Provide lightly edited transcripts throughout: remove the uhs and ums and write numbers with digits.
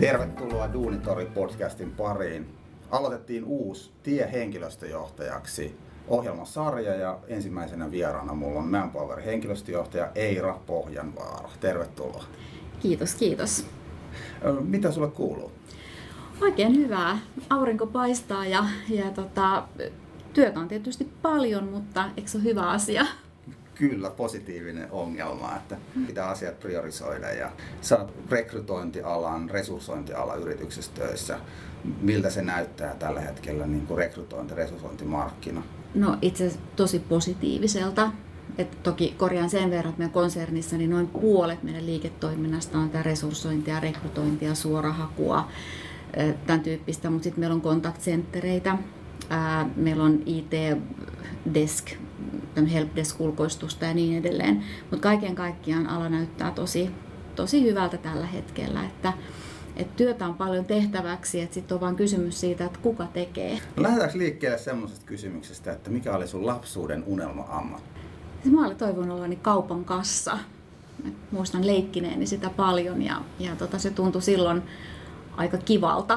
Tervetuloa Duunitori-podcastin pariin. Aloitettiin uusi tie henkilöstöjohtajaksi ohjelmasarja ja ensimmäisenä vieraana mulla on Manpower-henkilöstöjohtaja Eira Pohjanvaara. Tervetuloa. Kiitos, kiitos. Mitä sulle kuuluu? Oikein hyvää. Aurinko paistaa ja työtä on tietysti paljon, mutta eikö se ole hyvä asia? Kyllä, positiivinen ongelma, että pitää asiat priorisoida ja sä oot rekrytointialan, resurssointialan yrityksessä töissä. Miltä se näyttää tällä hetkellä niin kuin resurssointimarkkina? No itse asiassa tosi positiiviselta. Et toki korjaan sen verran, että meidän konsernissa niin noin puolet meidän liiketoiminnasta on tämä resurssointia, rekrytointia, suorahakua, tämän tyyppistä, mutta sitten meillä on contact-centereitä, meillä on IT-desk, helpdesk-ulkoistusta ja niin edelleen, mutta kaiken kaikkiaan ala näyttää tosi hyvältä tällä hetkellä, että työtä on paljon tehtäväksi, että sitten on vain kysymys siitä, että kuka tekee. No lähdetäänkö liikkeelle semmoisesta kysymyksestä, että mikä oli sun lapsuuden unelma-ammatti? Mä olin toivonut olevani kaupan kassa. Muistan leikkineeni sitä paljon ja se tuntui silloin aika kivalta.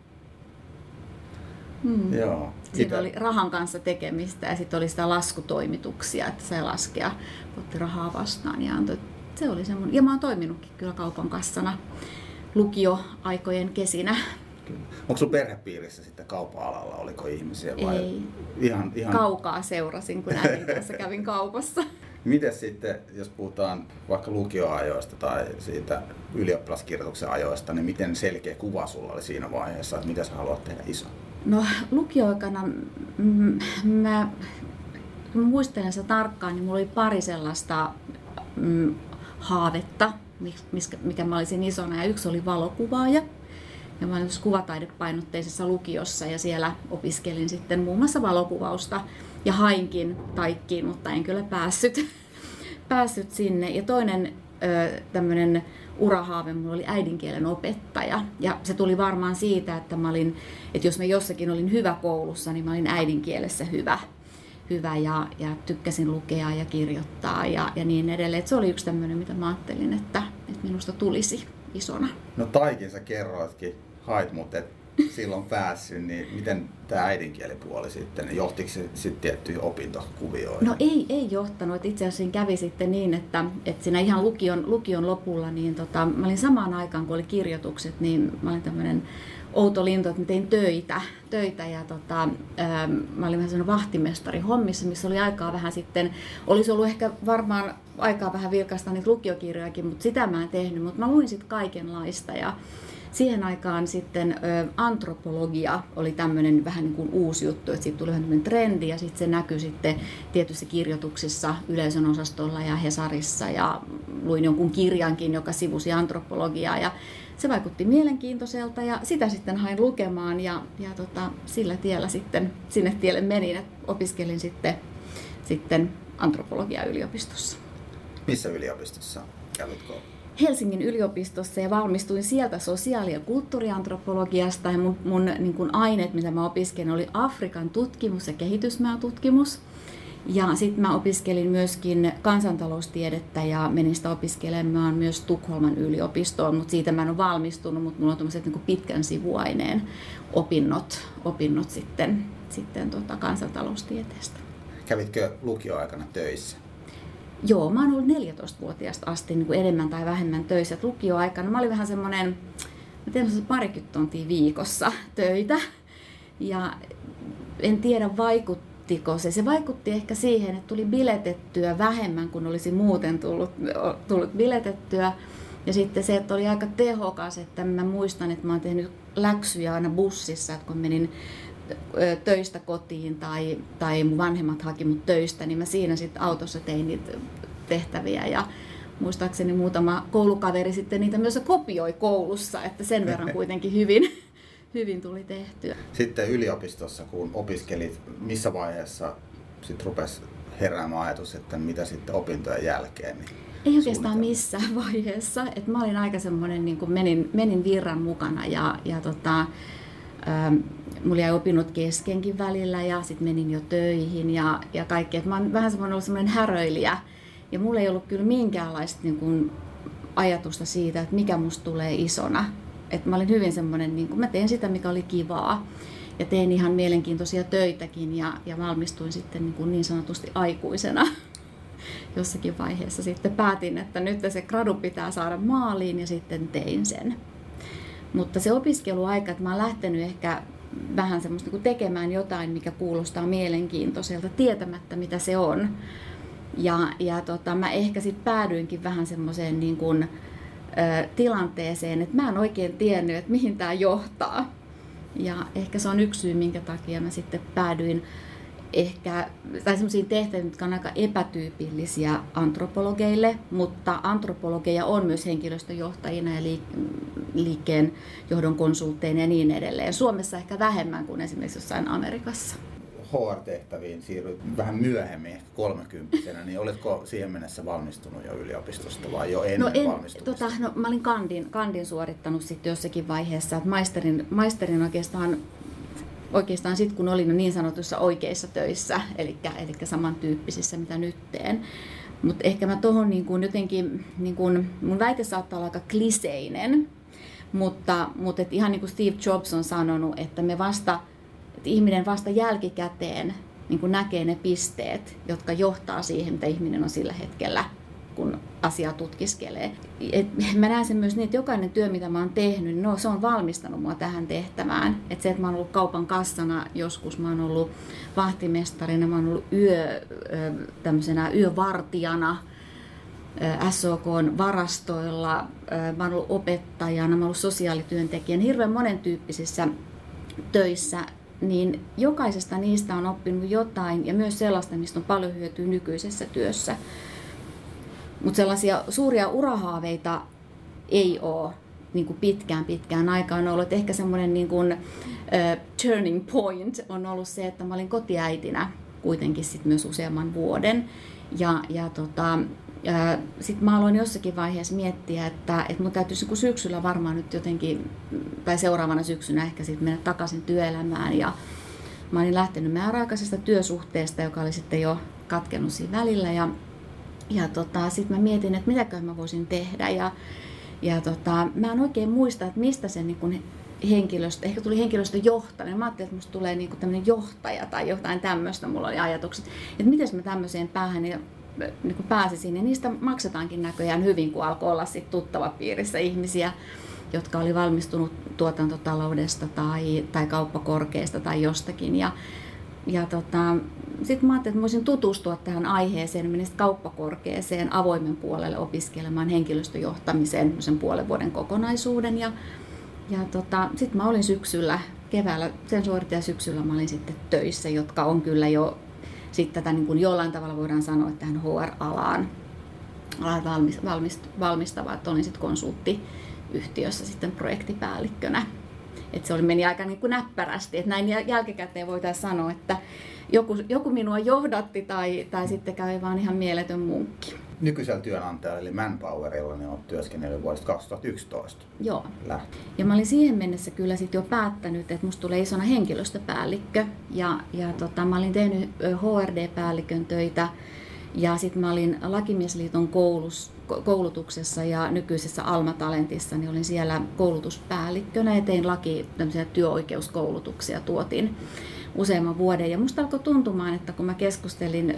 Joo. Siinä oli rahan kanssa tekemistä ja sitten oli sitä laskutoimituksia, että sai laskea, otti rahaa vastaan ja antoi. Se oli semmoinen. Ja mä oon toiminutkin kyllä kaupan kassana lukioaikojen kesinä. Kyllä. Onko sun perhepiirissä sitten kaupan-alalla, oliko ihmisiä vai? Ei. Ihan Kaukaa seurasin, kun äidin kanssa kävin kaupassa. Miten sitten, jos puhutaan vaikka lukioajoista tai siitä ylioppilaskirjoituksen ajoista, niin miten selkeä kuva sulla oli siinä vaiheessa, että mitä sä haluat tehdä iso? No lukioaikana mä muistelen sitä tarkkaan, niin mulla oli pari sellaista haavetta, mikä mä olisin isona, ja yksi oli valokuvaaja. Ja mä olin kuvataidepainotteisessa lukiossa ja siellä opiskelin sitten muun muassa valokuvausta ja hainkin taikkiin, mutta en kyllä päässyt sinne. Ja toinen tämmöinen urahaave mulla oli äidinkielen opettaja. Ja se tuli varmaan siitä, että jos mä jossakin olin hyvä koulussa, niin mä olin äidinkielessä hyvä ja tykkäsin lukea ja kirjoittaa ja niin edelleen. Et se oli yksi tämmöinen, mitä mä ajattelin, että minusta tulisi isona. No taikin sä kerroitkin, hait mut et silloin päässyt, niin miten tämä äidinkielipuoli sitten, johtiko se sitten tiettyihin opintokuvioihin? No ei johtanut, itse asiassa siinä kävi sitten niin, että siinä ihan lukion lopulla, niin mä olin samaan aikaan kun oli kirjoitukset, niin mä olin tämmöinen outo lintu, että mä tein töitä ja mä olin vähän sellainen vahtimestari hommissa, missä oli aikaa vähän sitten, olisi ollut ehkä varmaan aikaa vähän vilkaista niitä lukiokirjojakin, mutta sitä mä en tehnyt, mutta mä luin sitten kaikenlaista ja siihen aikaan sitten antropologia oli tämmöinen vähän niin kuin uusi juttu, että siitä tuli vähän tämmöinen trendi ja sitten se näkyi sitten tietyissä kirjoituksissa Yleisön osastolla ja Hesarissa ja luin jonkun kirjankin, joka sivusi antropologiaa ja se vaikutti mielenkiintoiselta ja sitä sitten hain lukemaan ja sillä tiellä sitten sinne tielle menin, että opiskelin sitten antropologiaa yliopistossa. Missä yliopistossa kävit? Helsingin yliopistossa ja valmistuin sieltä sosiaali- ja kulttuuriantropologiasta ja mun niin kuin aineet, mitä mä opiskelin, oli Afrikan tutkimus ja kehitysmaatutkimus. Ja sitten mä opiskelin myöskin kansantaloustiedettä ja menin sitä opiskelemaan myös Tukholman yliopistoon, mutta siitä mä en ole valmistunut, mutta mulla on tämmöiset niin kuin pitkän sivuaineen opinnot sitten kansantaloustieteestä. Kävitkö lukioaikana töissä? Joo, mä oon ollut 14-vuotiaasta asti niin kuin enemmän tai vähemmän töissä. Et lukioaikana mä olin vähän semmoinen, mä tein 20 tuntia viikossa töitä ja en tiedä vaikuttiko se. Se vaikutti ehkä siihen, että tuli biletettyä vähemmän kuin olisi muuten tullut biletettyä. Ja sitten se, että oli aika tehokas, että mä muistan, että mä oon tehnyt läksyjä aina bussissa, että kun menin töistä kotiin tai mun vanhemmat haki mut töistä, niin mä siinä sitten autossa tein niitä tehtäviä ja muistaakseni muutama koulukaveri sitten niitä myös kopioi koulussa, että sen verran kuitenkin hyvin tuli tehtyä. Sitten yliopistossa, kun opiskelit, missä vaiheessa sitten rupesi heräämään ajatus, että mitä sitten opintojen jälkeen? Niin ei oikeastaan missään vaiheessa, että mä olin aika semmoinen, niin kuin menin virran mukana ja mulla jäi opinnot keskenkin välillä ja sitten menin jo töihin ja kaikkea. Mä oon vähän ollut semmoinen häröilijä ja mulla ei ollut kyllä minkäänlaista niin kuin ajatusta siitä, että mikä musta tulee isona. että mä olin hyvin semmoinen, niin mä tein sitä, mikä oli kivaa. Ja tein ihan mielenkiintoisia töitäkin ja valmistuin sitten niin sanotusti aikuisena. Jossakin vaiheessa sitten päätin, että nyt se gradu pitää saada maaliin ja sitten tein sen. Mutta se opiskeluaika, että mä oon lähtenyt ehkä vähän semmoista niin tekemään jotain, mikä kuulostaa mielenkiintoiselta, tietämättä mitä se on. Ja mä ehkä sitten päädyinkin vähän semmoiseen niin kuin, tilanteeseen, että mä en oikein tiennyt, että mihin tämä johtaa. Ja ehkä se on yksi syy, minkä takia mä sitten päädyin sellaisiin tehtäviin, jotka on aika epätyypillisiä antropologeille, mutta antropologeja on myös henkilöstöjohtajina ja liikkeen johdon konsultteina ja niin edelleen. Suomessa ehkä vähemmän kuin esimerkiksi jossain Amerikassa. HR-tehtäviin siirryit vähän myöhemmin, ehkä 30-vuotiaana, niin oletko siihen mennessä valmistunut jo yliopistosta vai jo ennen valmistumista? Mä olin kandin suorittanut sitten jossakin vaiheessa, että maisterin oikeastaan sitten kun olin niin sanotussa oikeissa töissä, eli samantyyppisissä mitä nyt teen. Mutta ehkä mä tohon jotenkin, mun väite saattaa olla aika kliseinen, mutta et ihan niin kuin Steve Jobs on sanonut, että ihminen vasta jälkikäteen niin kuin näkee ne pisteet, jotka johtaa siihen, mitä ihminen on sillä hetkellä, kun asiaa tutkiskelee. Mä näen sen myös niin, että jokainen työ, mitä mä oon tehnyt, niin se on valmistanut mua tähän tehtävään. Että se, että mä oon ollut kaupan kassana joskus, mä oon ollut vahtimestarina, mä oon ollut yövartijana, SOK:n varastoilla, mä oon ollut opettajana, mä oon ollut sosiaalityöntekijänä, hirveän monentyyppisissä töissä. Niin jokaisesta niistä on oppinut jotain ja myös sellaista, mistä on paljon hyötyä nykyisessä työssä. Mutta sellaisia suuria urahaaveita ei ole niin kuin pitkään aikaan ollut. Et ehkä semmoinen niin kuin, turning point on ollut se, että mä olin kotiäitinä kuitenkin sit myös useamman vuoden. Sitten mä aloin jossakin vaiheessa miettiä, että mun täytyisi syksyllä varmaan nyt jotenkin, tai seuraavana syksynä ehkä sitten mennä takaisin työelämään. Ja mä olin lähtenyt määräaikaisesta työsuhteesta, joka oli sitten jo katkennut siinä välillä. Sitten mä mietin, että mitäköhän mä voisin tehdä. Mä en oikein muista, että mistä se niin henkilöstö, ehkä tuli henkilöstöjohtaja. Mä ajattelin, että musta tulee niin tämmöinen johtaja tai jotain tämmöistä. Mulla oli ajatukset, että miten mä tämmöiseen päähän niin pääsisin. Ja niistä maksetaankin näköjään hyvin, kun alkoi olla sit tuttava piirissä ihmisiä, jotka oli valmistunut tuotantotaloudesta tai kauppakorkeasta tai jostakin. Sitten mä ajattelin, että mä voisin tutustua tähän aiheeseen, menin kauppakorkeeseen avoimen puolelle opiskelemaan henkilöstöjohtamiseen sen puolen vuoden kokonaisuuden. Sitten mä olin keväällä, sen suoritin ja syksyllä mä olin sitten töissä, jotka on kyllä jo sitten tätä niin kuin jollain tavalla voidaan sanoa, että tähän HR-alaan valmistava, että olin sitten konsulttiyhtiössä sitten projektipäällikkönä. Että se meni aika niin kuin näppärästi, että näin jälkikäteen voitaisiin sanoa, että joku minua johdatti tai sitten kävi vaan ihan mieletön munkki. Nykyisellä työnantajalla eli Manpowerilla niin olet työskennellyt vuodesta 2011. Joo. Ja mä olin siihen mennessä kyllä sitten jo päättänyt, että musta tulee isona henkilöstöpäällikkö. Mä olin tehnyt HRD-päällikön töitä ja sitten mä olin Lakimiesliiton koulutuksessa ja nykyisessä Alma-Talentissa, niin olin siellä koulutuspäällikkönä ja tein tämmöisiä työoikeuskoulutuksia, tuotin useamman vuoden. Ja musta alkoi tuntumaan, että kun mä keskustelin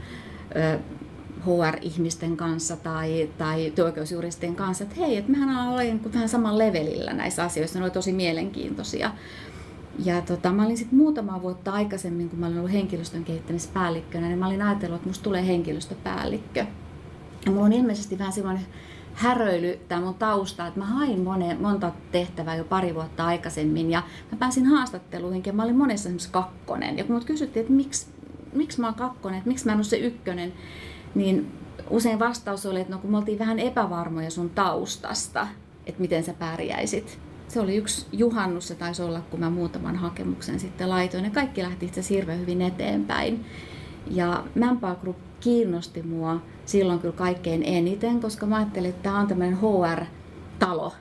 HR-ihmisten kanssa tai työoikeusjuristien kanssa, että hei, että mehän ollaan vähän saman levelillä näissä asioissa, ne oli tosi mielenkiintoisia. Mä olin sitten muutama vuotta aikaisemmin, kun mä olin ollut henkilöstön kehittämispäällikkönä, niin mä olin ajatellut, että musta tulee henkilöstöpäällikkö. Ja mulla on ilmeisesti vähän semmoinen häröily tämä mun tausta, että mä hain monta tehtävää jo pari vuotta aikaisemmin ja mä pääsin haastatteluihin ja mä olin monessa esimerkiksi kakkonen. Ja kun mut kysyttiin, että miksi mä oon kakkonen, että miksi mä en ole se ykkönen, niin usein vastaus oli, että no kun me oltiin vähän epävarmoja sun taustasta, että miten sä pärjäisit. Se oli yksi juhannus, se taisi olla, kun mä muutaman hakemuksen sitten laitoin ja kaikki lähti itse asiassa hirveän hyvin eteenpäin. Ja Manpower Group kiinnosti mua silloin kyllä kaikkein eniten, koska mä ajattelin, että tämä on tämmöinen HR-talo.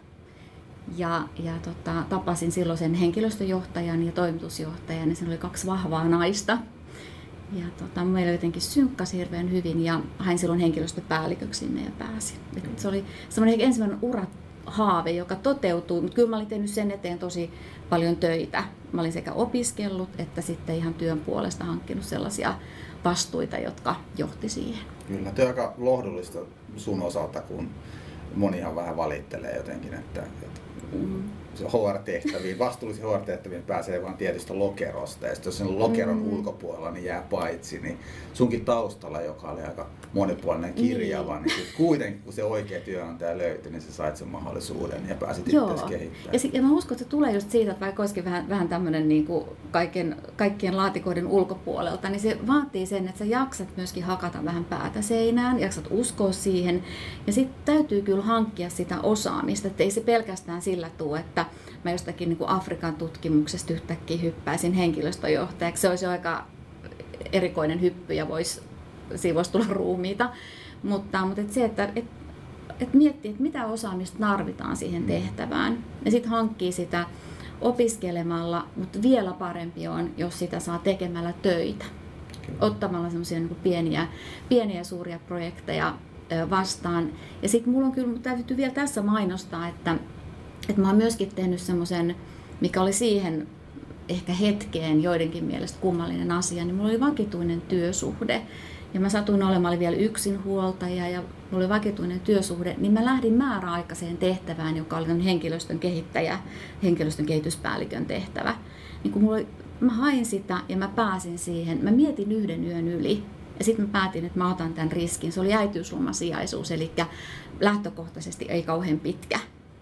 Tapasin silloin sen henkilöstöjohtajan ja toimitusjohtajan, ja siinä oli 2 vahvaa naista. Ja meillä jotenkin synkkasi hirveän hyvin ja hain silloin henkilöstöpäälliköksi sinne ja pääsin. Se oli semmoinen ensimmäinen haave, joka toteutuu, mutta kyllä mä olin tehnyt sen eteen tosi paljon töitä. Mä olin sekä opiskellut että sitten ihan työn puolesta hankkinut sellaisia vastuita, jotka johti siihen. Kyllä, tämä on aika lohdullista sun osalta, kun monihan vähän valittelee jotenkin, että HR-tehtäviin, vastuullisiin HR-tehtäviin pääsee vain tietystä lokerosta, ja jos sen lokeron ulkopuolella niin jää paitsi, niin sunkin taustalla, joka oli aika monipuolinen kirjava, niin kuitenkin kun se oikea työnantaja löytyi, niin sä sait sen mahdollisuuden ja pääsit itseäsi kehittämään. Ja mä uskon, että se tulee just siitä, että vaikka olisikin vähän tämmöinen niin kuin kaikkien laatikoiden ulkopuolelta, niin se vaatii sen, että sä jaksat myöskin hakata vähän päätä seinään, jaksat uskoa siihen, ja sitten täytyy kyllä hankkia sitä osaamista, että ei se pelkästään sillä tule, että mä jostakin niin kuin Afrikan tutkimuksesta yhtäkkiä hyppäisin henkilöstöjohtajaksi. Se olisi aika erikoinen hyppy ja siinä voisi tulla ruumiita. Mutta se, että miettii, että mitä osaamista tarvitaan siihen tehtävään. Ja sitten hankkii sitä opiskelemalla, mutta vielä parempi on, jos sitä saa tekemällä töitä. Ottamalla semmoisia niin kuin pieniä ja suuria projekteja vastaan. Ja sitten mulla on kyllä täytyy vielä tässä mainostaa, että mä oon myöskin tehnyt semmoisen, mikä oli siihen ehkä hetkeen joidenkin mielestä kummallinen asia, niin mulla oli vakituinen työsuhde. Ja mä satuin olemaan vielä yksinhuoltaja ja mulla oli vakituinen työsuhde, niin mä lähdin määräaikaiseen tehtävään, joka oli henkilöstön kehittäjä, henkilöstön kehityspäällikön tehtävä. Niin kun mä hain sitä ja mä pääsin siihen, mä mietin yhden yön yli. Ja sitten mä päätin, että mä otan tämän riskin. Se oli äitiyslomasijaisuus, eli lähtökohtaisesti ei kauhean pitkä.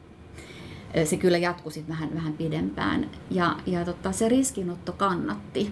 Se kyllä jatkui sitten vähän pidempään. Ja se riskinotto kannatti.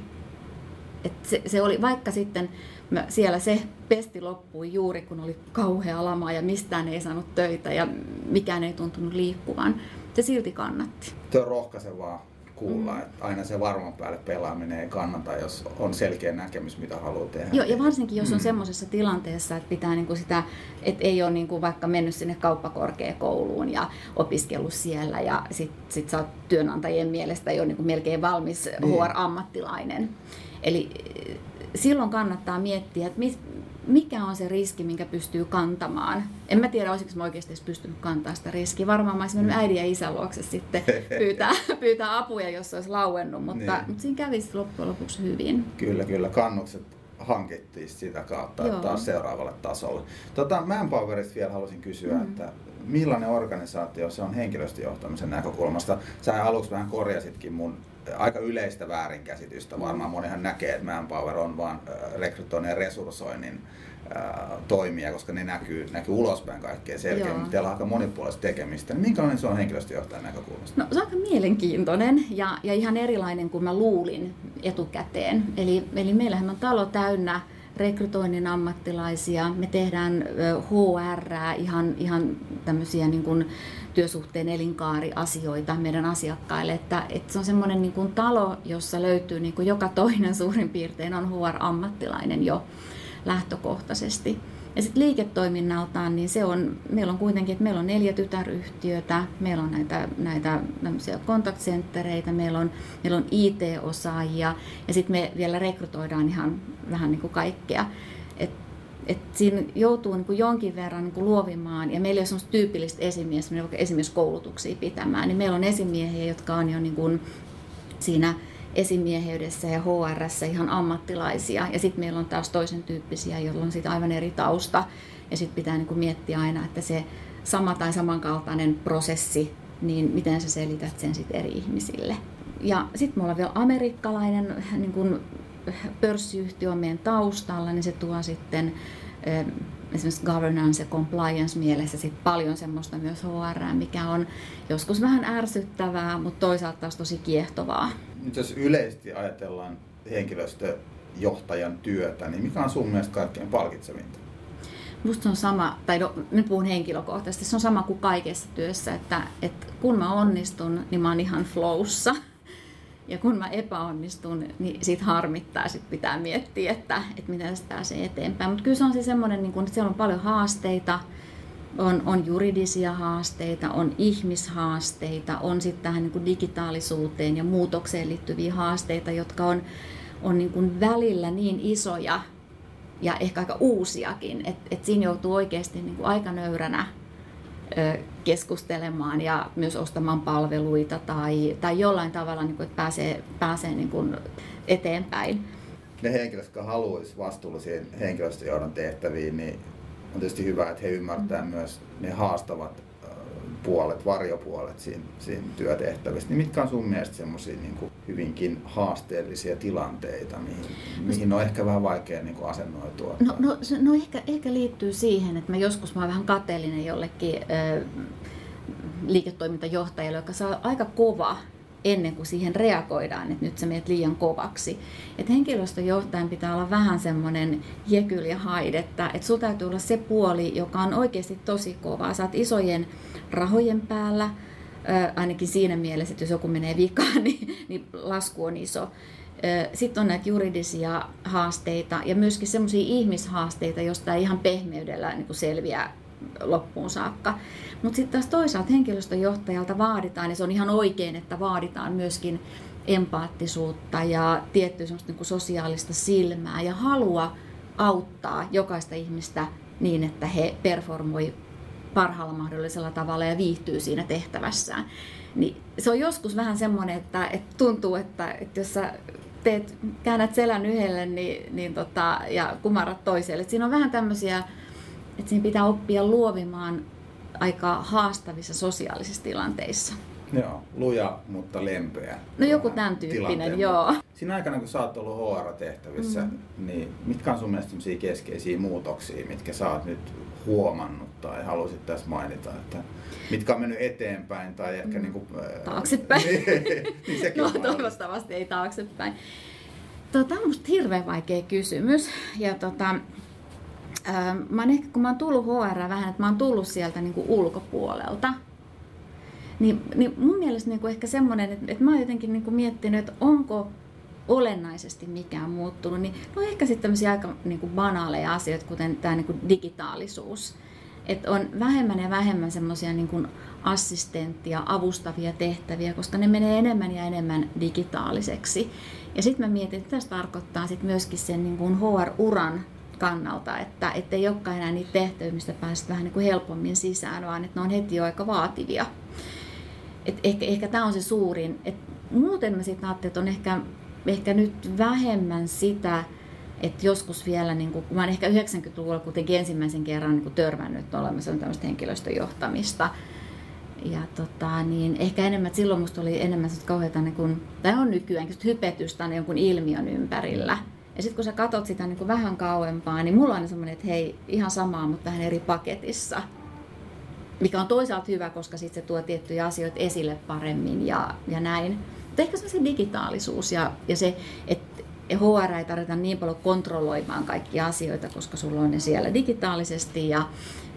Se oli, vaikka sitten siellä se pesti loppui juuri, kun oli kauhea lama ja mistään ei saanut töitä ja mikään ei tuntunut liikkuvan. Se silti kannatti. Tuo on rohkaisevaa kuulla, että aina se varman päälle pelaaminen ei kannata, jos on selkeä näkemys, mitä haluaa tehdä. Joo, ja varsinkin jos on semmoisessa tilanteessa, että pitää niinku sitä, että ei ole niinku vaikka mennyt sinne kauppakorkeakouluun ja opiskellut siellä ja sit sä oot työnantajien mielestä jo niinku melkein valmis HR-ammattilainen. Eli silloin kannattaa miettiä, että mikä on se riski, minkä pystyy kantamaan. En mä tiedä, olisiko mä oikeasti edes pystynyt kantamaan sitä riskiä. Varmaan mä olisin mennyt äidin ja isän luokse sitten pyytää apuja, jos olisi lauennut, mutta siinä kävi loppujen lopuksi hyvin. Kyllä. Kannukset hankittiin sitä kautta taas seuraavalle tasolle. Manpowerista vielä haluaisin kysyä, että millainen organisaatio se on henkilöstöjohtamisen näkökulmasta? Sä aluksi vähän korjasitkin mun aika yleistä väärinkäsitystä. Varmaan monihan näkee, että Manpower on vaan rekrytoinnin ja resurssoinnin toimia, koska ne näkyy ulospäin kaikkein selkeämmin. Mutta teillä on aika monipuolista tekemistä. Niin minkälainen se on henkilöstöjohtajan näkökulmasta? No, se on aika mielenkiintoinen ja ihan erilainen kuin mä luulin etukäteen. Eli meillähän on talo täynnä rekrytoinnin ammattilaisia. Me tehdään HR:ää, ihan tämmöisiä niin kuin työsuhteen elinkaariasioita meidän asiakkaille. Että se on semmoinen niin kuin talo, jossa löytyy niin kuin joka toinen suurin piirtein on HR-ammattilainen jo lähtökohtaisesti. Ja sitten liiketoiminnaltaan, niin meillä on kuitenkin, että meillä on 4 tytäryhtiötä, meillä on näitä contact centereitä, meillä on IT-osaajia ja sitten me vielä rekrytoidaan ihan vähän niin kuin kaikkea. Et siinä joutuu niin kuin jonkin verran niin kuin luovimaan, ja meillä ei ole sellaista tyypillistä esimiestä, vaikka esimieskoulutuksia pitämään, niin meillä on esimiehiä, jotka on jo niin kuin siinä esimieheydessä ja HR:ssä ihan ammattilaisia, ja sitten meillä on taas toisen tyyppisiä, joilla on sitten aivan eri tausta, ja sitten pitää niin kuin miettiä aina, että se sama tai samankaltainen prosessi, niin miten sä selität sen sitten eri ihmisille. Ja sitten me ollaan vielä amerikkalainen niin kuin pörssiyhtiö on meidän taustalla, niin se tuo sitten esimerkiksi governance ja compliance mielessä sit paljon semmoista myös HR, mikä on joskus vähän ärsyttävää, mutta toisaalta taas tosi kiehtovaa. Nyt jos yleisesti ajatellaan henkilöstöjohtajan työtä, niin mikä on sun mielestä kaikkein palkitsevinta? Musta se on sama, tai nyt puhun henkilökohtaisesti, se on sama kuin kaikessa työssä, että kun mä onnistun, niin mä oon ihan flowssa. Ja kun mä epäonnistun, niin siitä harmittaa, sit pitää miettiä, että miten se pääsee eteenpäin. Mutta kyllä se on siis semmoinen, niin että siellä on paljon haasteita, on juridisia haasteita, on ihmishaasteita, on sitten tähän niin kuin digitaalisuuteen ja muutokseen liittyviä haasteita, jotka on niin kuin välillä niin isoja ja ehkä aika uusiakin, että siinä joutuu oikeasti niin kuin aika nöyränä keskustelemaan ja myös ostamaan palveluita tai jollain tavalla, niin kuin, että pääsee niin kuin eteenpäin. Ne henkilöt, jotka haluaisivat vastuullisiin henkilöstöjohdon tehtäviin, niin on tietysti hyvä, että he ymmärtävät myös ne haastavat puolet, varjopuolet siinä työtehtävissä. Niin mitkä on sun mielestä semmoisia niin kuin hyvinkin haasteellisia tilanteita, mihin on ehkä vähän vaikea niin kuin asennoitua? No ehkä liittyy siihen, että mä joskus mä oon vähän kateellinen jollekin liiketoimintajohtajalle, joka saa aika kova ennen kuin siihen reagoidaan, että nyt sä menet liian kovaksi. Että henkilöstöjohtajan pitää olla vähän semmoinen Jekyll ja Hyde, että sulla täytyy olla se puoli, joka on oikeasti tosi kovaa. Sä oot isojen rahojen päällä, ainakin siinä mielessä, että jos joku menee vikaan, niin lasku on iso. Sitten on näitä juridisia haasteita ja myöskin semmoisia ihmishaasteita, joista ei ihan pehmeydellä niin kuin selviää loppuun saakka. Mutta sitten taas toisaalta henkilöstöjohtajalta vaaditaan, ja se on ihan oikein, että vaaditaan myöskin empaattisuutta ja tiettyä semmoista niin kuin sosiaalista silmää ja halua auttaa jokaista ihmistä niin, että he performoi parhaalla mahdollisella tavalla ja viihtyy siinä tehtävässään. Niin se on joskus vähän semmoinen, että tuntuu, että jos sä käännät selän yhdelle ja kumarrat toiselle. Et siinä on vähän tämmöisiä, että siinä pitää oppia luovimaan aika haastavissa sosiaalisissa tilanteissa. Joo, luja, mutta lempeä. No joku tämän tyyppinen, joo. Siinä aikana, kun sä oot ollut HR-tehtävissä, niin mitkä on sun mielestä sellaisia keskeisiä muutoksia, mitkä sä oot nyt huomannut tai haluaisit tässä mainita, että mitkä on mennyt eteenpäin tai ehkä taaksepäin. niin sekin no toivottavasti ei taaksepäin. Tämä on musta hirveän vaikea kysymys. Ja kun mä oon tullut HR vähän, että mä oon tullut sieltä niin kuin ulkopuolelta, niin mun mielestä niin kuin ehkä semmoinen, että mä oon jotenkin niin kuin miettinyt, että onko olennaisesti mikään muuttunut, niin no ehkä sitten tämmöisiä aika niin kuin banaaleja asioita, kuten tämä niin kuin digitaalisuus. Että on vähemmän ja vähemmän semmoisia niin kuin assistenttia, avustavia tehtäviä, koska ne menee enemmän ja enemmän digitaaliseksi. Ja sitten mä mietin, että tässä tarkoittaa sit myöskin sen niin kuin HR-uran kannalta, että ei olekaan enää niitä tehtäviä, mistä pääset vähän niin kuin helpommin sisään, vaan että ne on heti jo aika vaativia. Et ehkä tämä on se suurin. Et muuten mä sitten ajattelin, että on ehkä nyt vähemmän sitä, että joskus vielä, niin kun mä olen ehkä 90-luvulla kuitenkin ensimmäisen kerran niin törmännyt olemassa tämmöistä henkilöstöjohtamista. Ja niin ehkä enemmän, että silloin musta oli enemmän kauheata, tai on nykyäänkin hypetystä jonkun ilmiön ympärillä. Ja sitten kun sä katot sitä niin kuin vähän kauempaa, niin mulla on semmoinen, että hei, ihan samaa, mutta vähän eri paketissa. Mikä on toisaalta hyvä, koska sitten se tuo tiettyjä asioita esille paremmin ja näin. Mutta ehkä se digitaalisuus ja se, että HR ei tarvita niin paljon kontrolloimaan kaikkia asioita, koska sulla on ne siellä digitaalisesti ja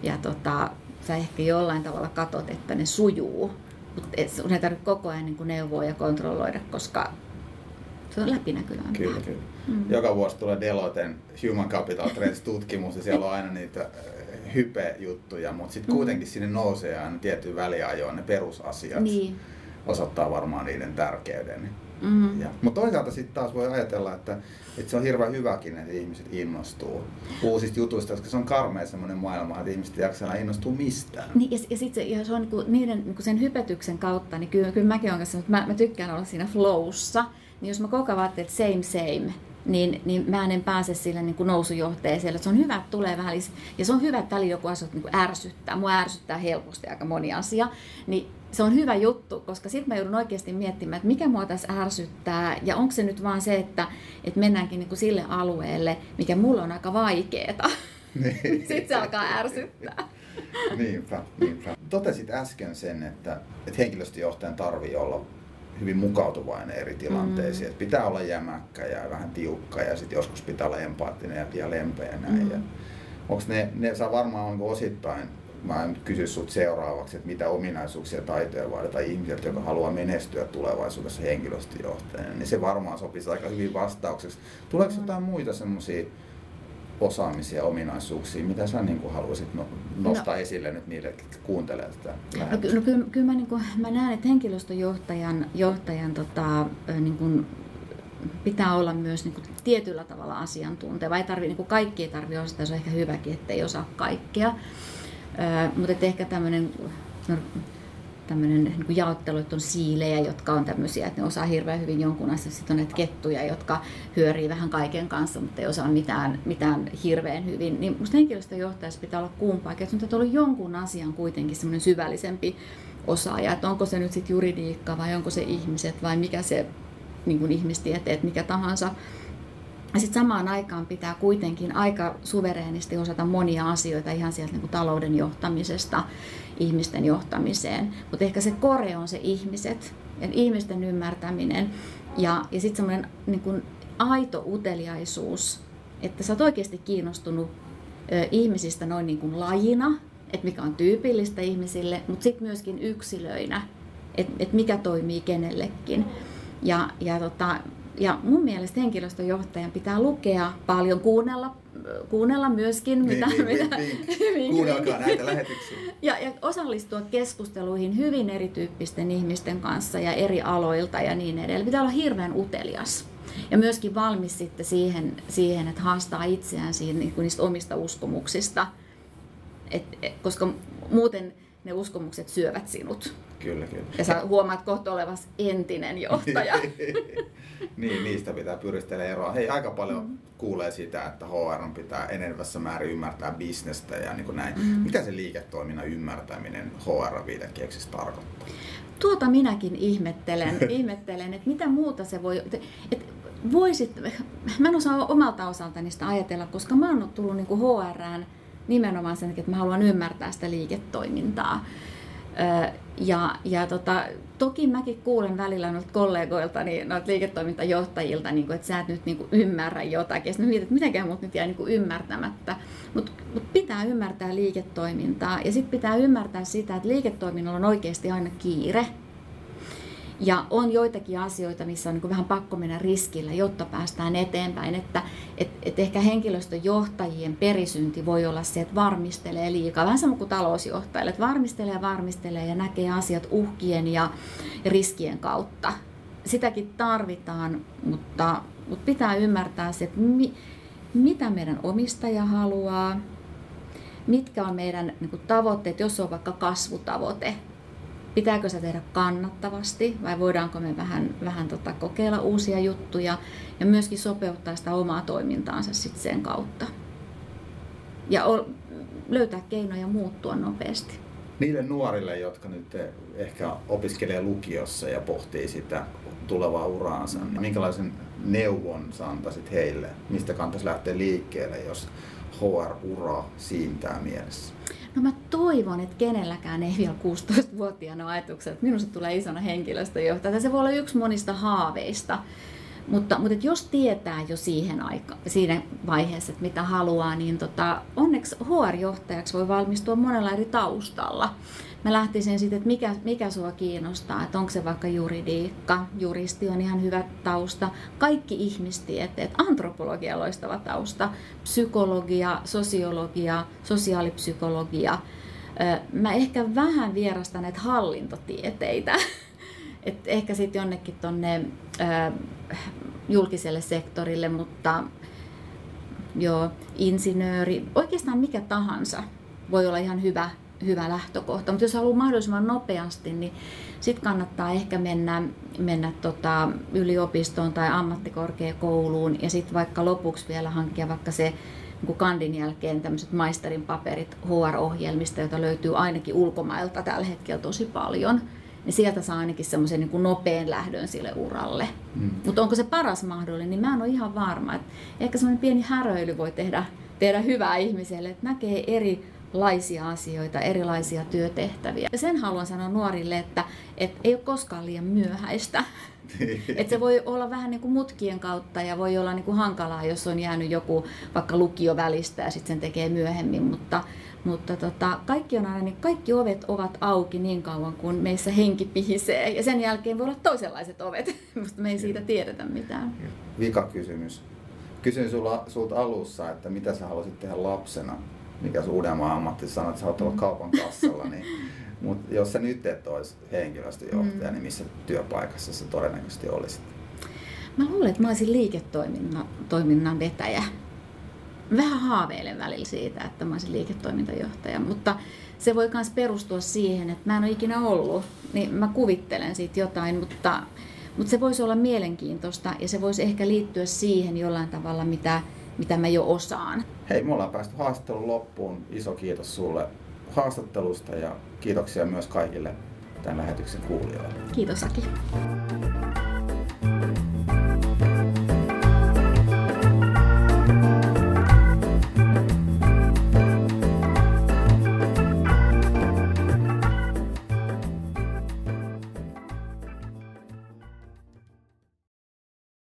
sä ehkä jollain tavalla katot, että ne sujuu. Mutta sun ei tarvitse koko ajan niin kuin neuvoa ja kontrolloida, koska se on läpinäkyvää. Kyllä. Joka vuosi tulee Deloitten Human Capital Trends-tutkimus ja siellä on aina niitä hype-juttuja, mutta sitten kuitenkin sinne nousee aina tiettyyn väliajoon ne perusasiat. Niin. Osoittaa varmaan niiden tärkeyden. Mutta toisaalta sitten taas voi ajatella, että se on hirveän hyväkin, että ihmiset innostuu uusista jutuista, koska se on karmea semmoinen maailma, että ihmiset ei jaksa innostua mistään. Niin, ja sitten se on niiden sen hypetyksen kautta, niin kyllä mäkin olen kanssa, että mä tykkään olla siinä flowssa. Niin jos mä koko ajan että same, niin mä en pääse sille niin kuin nousujohteeseen. Se on hyvä, että tulee vähän ja se on hyvä, että joku asia niin kuin ärsyttää. Mua ärsyttää helposti aika moni asia. Niin se on hyvä juttu, koska sitten mä joudun oikeasti miettimään, että mikä mua tässä ärsyttää. Ja onko se nyt vaan se, että mennäänkin niin kuin sille alueelle, mikä mulla on aika vaikeeta. Sitten se alkaa ärsyttää. Niinpä. Totesit äsken sen, että henkilöstöjohtajan tarvii olla hyvin mukautuvainen eri tilanteisiin. Että pitää olla jämäkkä ja vähän tiukka ja sitten joskus pitää olla empaattinen ja lempeä näin. Ja onko ne saa varmaan osittain, mä en kysy sut seuraavaksi, että mitä ominaisuuksia ja taitoja vaaditaan ihmiseltä, joka haluaa menestyä tulevaisuudessa henkilöstöjohtajana, niin se varmaan sopisi aika hyvin vastaukseksi. Tuleeko jotain muita semmoisia osaamisia ja ominaisuuksia, mitä sä niin kuin haluaisit nostaa esille nyt niille, jotka kuuntelee tätä lähetystä? Kyllä mä näen, että henkilöstöjohtajan niin kuin pitää olla myös niin kuin tietyllä tavalla asiantunteva. Kaikki ei tarvitse osata, se on ehkä hyväkin, ettei osaa kaikkea. Mutta ehkä tämmöinen tämmöinen niin kuin jaottelu, että on siilejä, jotka on tämmöisiä, että ne osaa hirveän hyvin jonkun asian. Sitten on näitä kettuja, jotka hyörii vähän kaiken kanssa, mutta ei osaa mitään hirveän hyvin. Niin musta henkilöstöjohtajassa pitää olla kumpaakin, että sun täytyy olla jonkun asian kuitenkin semmoinen syvällisempi osaaja, että onko se nyt sitten juridiikka vai onko se ihmiset vai mikä se niin kuin ihmistieteet, mikä tahansa. Ja sitten samaan aikaan pitää kuitenkin aika suvereenisti osata monia asioita ihan sieltä niin kuin talouden johtamisesta ihmisten johtamiseen. Mutta ehkä se core on se ihmiset, ihmisten ymmärtäminen ja sitten semmoinen niin kuin aito uteliaisuus, että sä oot oikeasti kiinnostunut ihmisistä noin niin kuin lajina, että mikä on tyypillistä ihmisille, mutta sitten myöskin yksilöinä, että mikä toimii kenellekin. Ja mun mielestä henkilöstöjohtajan pitää lukea paljon, kuunnella myöskin, kuunnelkaa näitä lähetyksiä. Ja osallistua keskusteluihin hyvin erityyppisten ihmisten kanssa ja eri aloilta ja niin edelleen. Pitää olla hirveän utelias. Ja myöskin valmis sitten siihen että haastaa itseään niistä omista uskomuksista, koska muuten ne uskomukset syövät sinut. Kyllä. Ja sä huomaat kohta olevasi entinen johtaja. Niin, niistä pitää pyristellä eroa. Hei, aika paljon kuulee sitä, että HR pitää enenevässä määrin ymmärtää bisnestä ja niin kuin näin. Mitä se liiketoiminnan ymmärtäminen HR-viitekeksissä tarkoittaa? Tuota minäkin ihmettelen, että mitä muuta se voi... Mä en osaa omalta osaltani sitä ajatella, koska mä oon tullut niin kuin HR:ään nimenomaan sen takia, että mä haluan ymmärtää sitä liiketoimintaa. Toki mäkin kuulen välillä noilta kollegoilta, noilta liiketoimintajohtajilta, että sä et nyt ymmärrä jotakin. Ja sitten mietin, että mitenkään mut nyt jää ymmärtämättä. Mutta pitää ymmärtää liiketoimintaa ja sitten pitää ymmärtää sitä, että liiketoiminnalla on oikeasti aina kiire. Ja on joitakin asioita, missä on vähän pakko mennä riskillä, jotta päästään eteenpäin. Että ehkä henkilöstöjohtajien perisynti voi olla se, että varmistelee liikaa. Vähän sama kuin talousjohtajille, että varmistelee ja näkee asiat uhkien ja riskien kautta. Sitäkin tarvitaan, mutta pitää ymmärtää se, että mitä meidän omistaja haluaa, mitkä on meidän tavoitteet, jos on vaikka kasvutavoite. Pitääkö se tehdä kannattavasti vai voidaanko me vähän kokeilla uusia juttuja ja myöskin sopeuttaa sitä omaa toimintaansa sitten sen kautta. Ja löytää keinoja muuttua nopeasti. Niille nuorille, jotka nyt ehkä opiskelee lukiossa ja pohtii sitä tulevaa uraansa, niin minkälaisen neuvon sä antaisit heille? Mistä kannattaisi lähteä liikkeelle, jos HR-ura siintää mielessä? No mä toivon, että kenelläkään ei vielä 16-vuotiaana ole ajatuksia, että minusta tulee isona henkilöstöjohtaja. Se voi olla yksi monista haaveista, mutta jos tietää jo siinä vaiheessa, että mitä haluaa, niin onneksi HR-johtajaksi voi valmistua monella eri taustalla. Mä lähtisin sitten, että mikä sua kiinnostaa, että onko se vaikka juridiikka, juristi on ihan hyvä tausta, kaikki ihmistieteet, antropologia loistava tausta, psykologia, sosiologia, sosiaalipsykologia. Mä ehkä vähän vierastan näitä hallintotieteitä, että ehkä sitten jonnekin tonne julkiselle sektorille, mutta joo, insinööri, oikeastaan mikä tahansa voi olla ihan hyvä lähtökohta, mutta jos haluaa mahdollisimman nopeasti, niin sitten kannattaa ehkä mennä yliopistoon tai ammattikorkeakouluun ja sitten vaikka lopuksi vielä hankkia vaikka se niin kandin jälkeen tämmöiset maisterin paperit HR-ohjelmista, joita löytyy ainakin ulkomailta tällä hetkellä tosi paljon. Niin sieltä saa ainakin semmoisen niin kuin nopean lähdön sille uralle. Mutta onko se paras mahdollinen, niin mä en ole ihan varma. Että ehkä semmoinen pieni häröily voi tehdä hyvää ihmiselle, että näkee erilaisia asioita, erilaisia työtehtäviä. Ja sen haluan sanoa nuorille, että ei ole koskaan liian myöhäistä. Että se voi olla vähän niin kuin mutkien kautta ja voi olla niin kuin hankalaa, jos on jäänyt joku vaikka lukio välistä ja sitten sen tekee myöhemmin. Mutta kaikki ovet ovat auki niin kauan, kun meissä henki pihisee. Ja sen jälkeen voi olla toisenlaiset ovet, mutta me ei siitä tiedetä mitään. Vika kysymys. Kysyin sulta alussa, että mitä sä haluaisit tehdä lapsena, mikä sun Uudenmaan ammatti sanoi, että sä haluat olla kaupan kassalla. Mutta jos sä nyt et olisi henkilöstöjohtaja, niin missä työpaikassa sä todennäköisesti olisit? Mä luulen, että mä olisin liiketoiminnan vetäjä. vähän haaveilen välillä siitä, että mä olisin liiketoimintajohtaja, mutta se voi myös perustua siihen, että mä en ole ikinä ollut, niin mä kuvittelen siitä jotain, mutta se voisi olla mielenkiintoista ja se voisi ehkä liittyä siihen jollain tavalla, mitä mä jo osaan. Hei, me ollaan päästy haastattelun loppuun. Iso kiitos sulle haastattelusta ja kiitoksia myös kaikille tämän lähetyksen kuulijoille. Kiitos Aki.